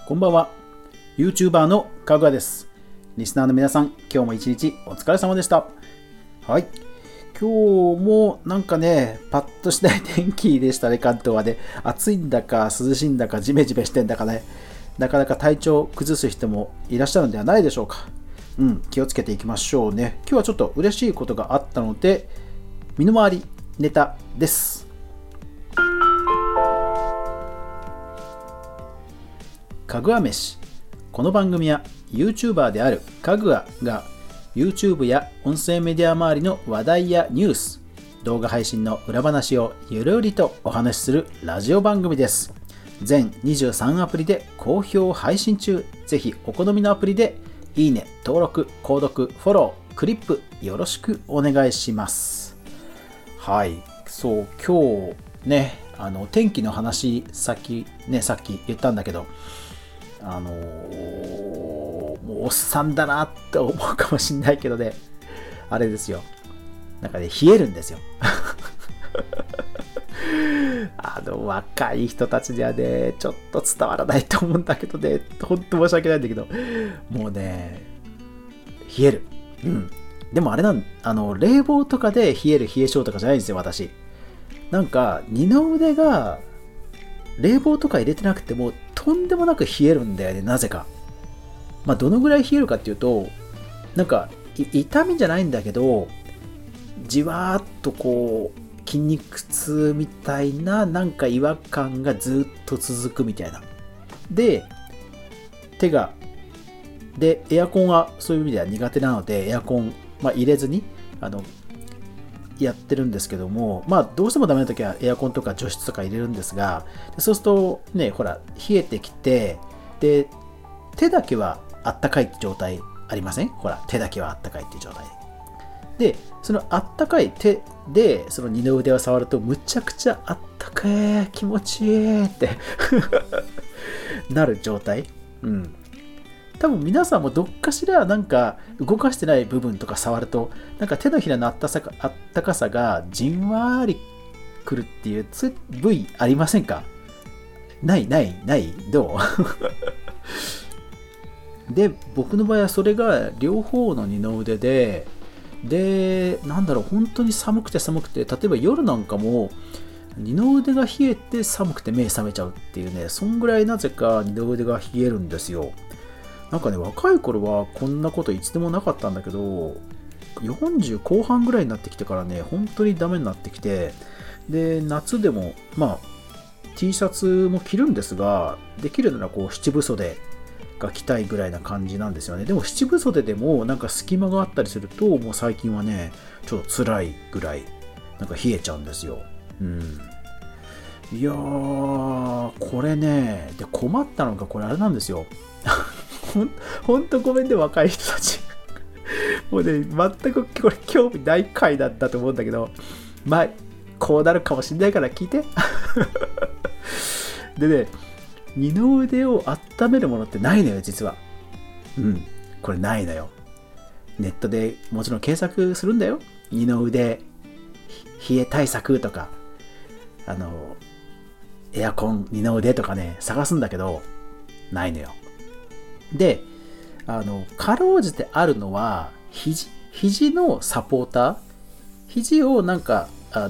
こんばんは。YouTuber のかぐわです。リスナーの皆さん、今日も一日お疲れ様でした。はい。今日もなんかね、パッとしない天気でしたね、関東はね。暑いんだか、涼しいんだか、ジメジメしてんだかね。なかなか体調を崩す人もいらっしゃるんではないでしょうか。気をつけていきましょうね。今日はちょっと嬉しいことがあったので、身の回りネタです。かぐわ飯。この番組は YouTuber であるかぐわが YouTube や音声メディア周りの話題やニュース、動画配信の裏話をゆるりとお話しするラジオ番組です。全23アプリで好評配信中。ぜひお好みのアプリでいいね、登録、購読、フォロー、クリップよろしくお願いします。はい、そう今日ね、天気の話さっき言ったんだけど、もうおっさんだなって思うかもしんないけどね、あれですよ。なんかね、冷えるんですよ。若い人たちにはね、ちょっと伝わらないと思うんだけどね、ほんと申し訳ないんだけど、もうね、冷える。でもあれ冷房とかで冷える冷え性とかじゃないんですよ、私。なんか、二の腕が、冷房とか入れてなくても、とんでもなく冷えるんだよね、なぜか。どのぐらい冷えるかっていうと、なんか、痛みじゃないんだけど、じわーっとこう、筋肉痛みたいな、なんか違和感がずっと続くみたいな。で、エアコンはそういう意味では苦手なので、エアコン、入れずに、やってるんですけども、どうしてもダメな時はエアコンとか除湿とか入れるんですが、そうするとね、ほら、冷えてきて、で、手だけはあったかいって状態ありません？ほら、手だけはあったかいっていう状態で、そのあったかい手で、その二の腕を触ると、むちゃくちゃあったかい、気持ちいいってなる状態。多分皆さんもどっかしらなんか動かしてない部分とか触ると、なんか手のひらのあったかさがじんわりくるっていう部位ありませんか？ないどうで、僕の場合はそれが両方の二の腕で、本当に寒くて、例えば夜なんかも二の腕が冷えて寒くて目覚めちゃうっていうね、そんぐらいなぜか二の腕が冷えるんですよ。なんかね、若い頃はこんなこといつでもなかったんだけど、40後半ぐらいになってきてからね、本当にダメになってきて、で、夏でも、T シャツも着るんですが、できるならこう七分袖が着たいぐらいな感じなんですよね。でも七分袖でもなんか隙間があったりすると、もう最近はね、ちょっと辛いぐらい、なんか冷えちゃうんですよ。いやー、これね、で困ったのがこれあれなんですよ。ほんとごめんね、若い人たち。もうね、全くこれ興味ない回だったと思うんだけど、こうなるかもしんないから聞いて。でね、二の腕を温めるものってないのよ、実は。これないのよ。ネットでもちろん検索するんだよ。二の腕冷え対策とか、エアコン二の腕とかね、探すんだけど、ないのよ。で、かろうじてあるのは、肘のサポーター、肘をなんか、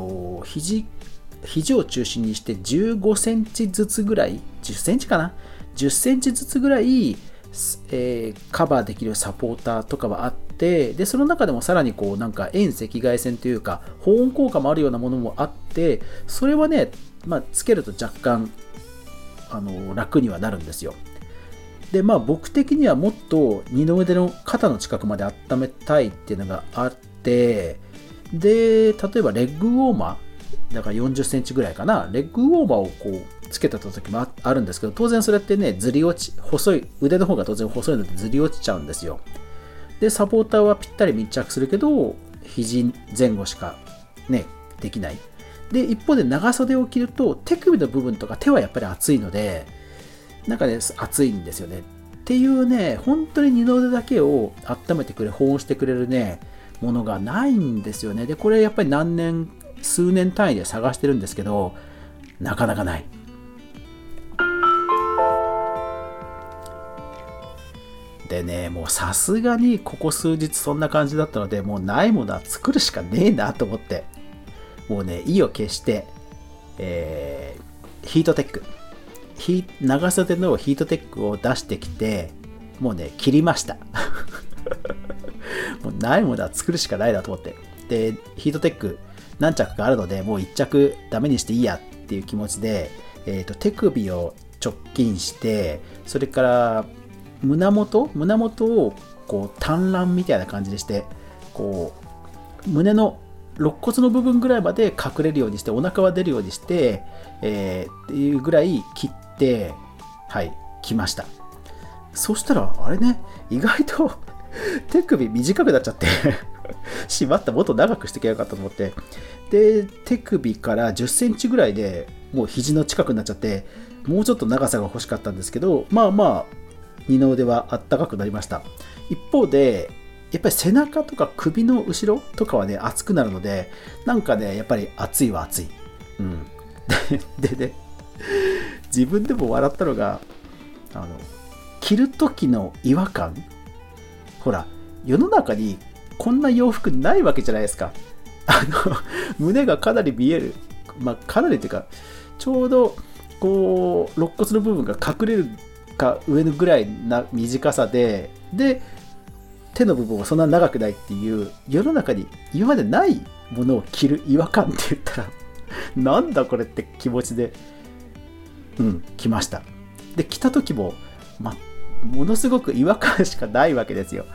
肘を中心にして15センチずつぐらい、10センチかな ?10 センチずつぐらい、カバーできるサポーターとかはあって、で、その中でもさらにこう、なんか遠赤外線というか、保温効果もあるようなものもあって、それはね、つけると若干、楽にはなるんですよ。で、僕的にはもっと二の腕の肩の近くまで温めたいっていうのがあって、で、例えばレッグウォーマー、だから40センチぐらいかな、レッグウォーマーをこうつけてた時もあるんですけど、当然それってね、細い、腕の方が当然細いのでずり落ちちゃうんですよ。で、サポーターはぴったり密着するけど、肘前後しかね、できない。で、一方で長袖を着ると、手首の部分とか手はやっぱり熱いので、なんかね、熱いんですよね。っていうね、本当に二の腕だけを温めてくれ、保温してくれるね、ものがないんですよね。で、これやっぱり数年単位で探してるんですけど、なかなかない。 でね、もうさすがにここ数日そんな感じだったので、もうないものは作るしかねえなと思って、もうね、意を決して、ヒートテック、長袖のヒートテックを出してきて、もうね、切りました。もうないものは作るしかないなと思って。で、ヒートテック何着かあるので、もう1着ダメにしていいやっていう気持ちで、手首を直近して、それから胸元をこう短乱みたいな感じでして、こう胸の肋骨の部分ぐらいまで隠れるようにして、お腹は出るようにして、っていうぐらい切って、はい、来ました。そしたら、あれね、意外と手首短くなっちゃって、しまった、もっと長くしてきゃよかったと思って、で、手首から10センチぐらいでもう肘の近くになっちゃって、もうちょっと長さが欲しかったんですけど、まあまあ、二の腕はあったかくなりました。一方で、やっぱり背中とか首の後ろとかはね、熱くなるので、なんかね、やっぱり熱いは熱い。うん。でね、自分でも笑ったのが、着る時の違和感。ほら、世の中にこんな洋服ないわけじゃないですか。胸がかなり見える。まあ、かなりというか、ちょうど、こう、肋骨の部分が隠れるか上のぐらいな短さで、手の部分はそんな長くないっていう、世の中に今までないものを着る違和感って言ったら、なんだこれって気持ちで、着ました。で、着た時も、ものすごく違和感しかないわけですよ。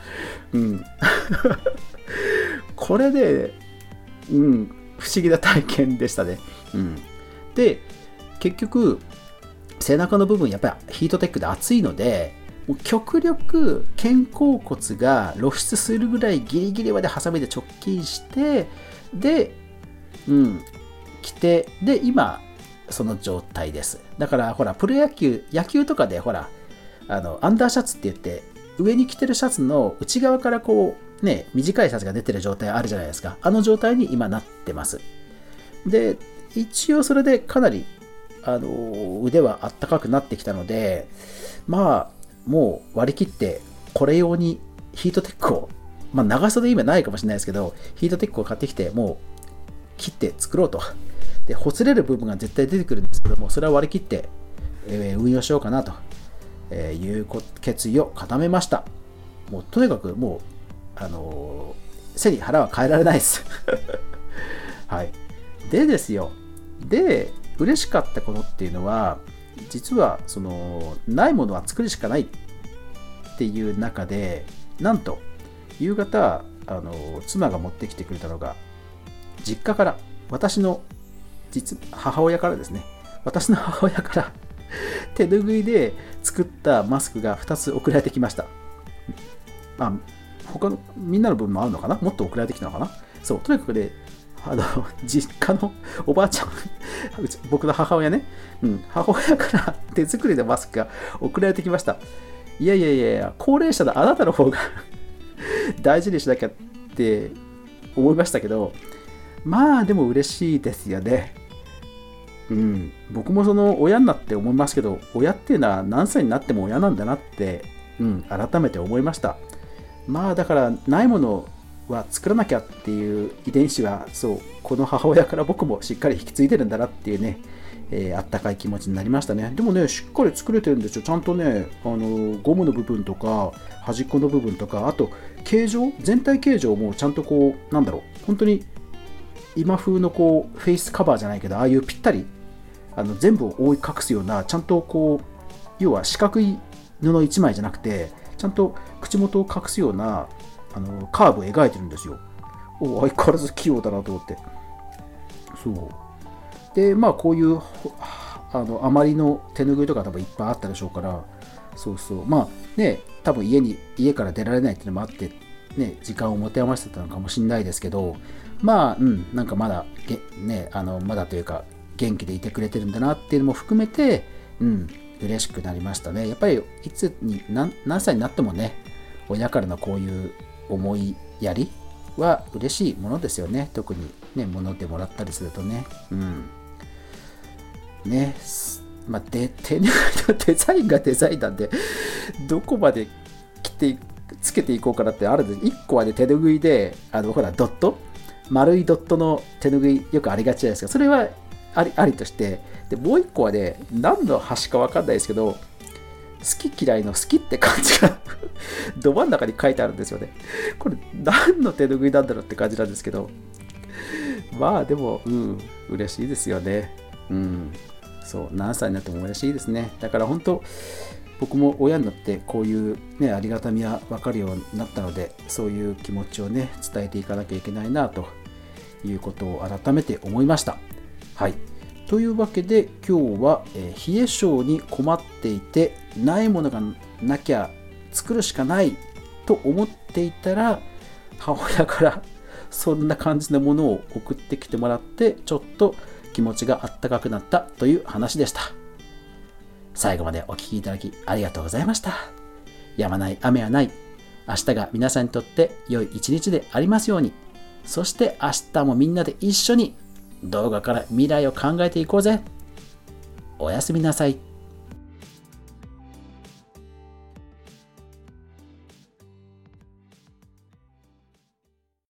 これで、不思議な体験でしたね。で、結局、背中の部分、やっぱりヒートテックで熱いので、もう極力肩甲骨が露出するぐらいギリギリまでハサミで直筋して、で、着て、で、今、その状態です。だから、ほら、プロ野球とかで、ほら、アンダーシャツって言って、上に着てるシャツの内側からこう、ね、短いシャツが出てる状態あるじゃないですか。あの状態に今なってます。で、一応それでかなり、腕はあったかくなってきたので、まあ、もう割り切って、これ用にヒートテックを、長袖今ないかもしれないですけど、ヒートテックを買ってきて、もう切って作ろうと。で、ほつれる部分が絶対出てくるんですけども、それは割り切って、運用しようかなと、いう決意を固めました。もうとにかくもう、背に腹は変えられないです。はい。でですよ。で、嬉しかったことっていうのは、実はないものは作るしかないっていう中で、なんと夕方妻が持ってきてくれたのが、実家から私の母親からですね、私の母親から手拭いで作ったマスクが2つ送られてきました。他のみんなの分もあるのかな、もっと送られてきたのかな。そう、とにかくね、実家のおばあちゃん、僕の母親ね、母親から手作りのマスクが送られてきました。いやいやいや、高齢者のあなたの方が大事にしなきゃって思いましたけど、でも嬉しいですよね。僕も親になって思いますけど、親っていうのは何歳になっても親なんだなって、改めて思いました。だからないものは作らなきゃっていう遺伝子は、そう、この母親から僕もしっかり引き継いでるんだなっていうね、あったかい気持ちになりましたね。でもね、しっかり作れてるんですよ。ちゃんとね、ゴムの部分とか端っこの部分とか、あと形状、全体形状もちゃんとこう、本当に今風のこうフェイスカバーじゃないけど、ああいうぴったり全部を覆い隠すような、ちゃんとこう、要は四角い布一枚じゃなくて、ちゃんと口元を隠すようなカーブを描いてるんですよ。相変わらず器用だなと思って。そう。で、こういうあまりの手拭いとか多分いっぱいあったでしょうから、そうそう。多分家から出られないっていうのもあって、ね、時間を持て余してたのかもしれないですけど、なんかまだまだというか元気でいてくれてるんだなっていうのも含めて、嬉しくなりましたね。やっぱりいつに何歳になってもね、親からのこういう思いやりは嬉しいものですよね。特にね、物でもらったりするとね。手拭いのデザインがデザインなんで、どこまでつけていこうかなってあるんです。1個はね、手ぬぐいで、ほら、ドット丸いドットの手ぬぐいよくありがちじゃないですか。それはありとして、でもう1個はね、何の端か分かんないですけど、好き嫌いの好きって感じがど真ん中に書いてあるんですよね。これ何の手ぬぐいなんだろうって感じなんですけど、まあでも、嬉しいですよね。そう、何歳になっても嬉しいですね。だから本当、僕も親になってこういうね、ありがたみは分かるようになったので、そういう気持ちをね、伝えていかなきゃいけないなということを改めて思いました。はい。というわけで今日は、冷え性に困っていて、ないものがなきゃ作るしかないと思っていたら、母親からそんな感じのものを送ってきてもらって、ちょっと気持ちがあったかくなったという話でした。最後までお聞きいただきありがとうございました。やまない雨はない。明日が皆さんにとって良い一日でありますように。そして明日もみんなで一緒に動画から未来を考えていこうぜ。おやすみなさい。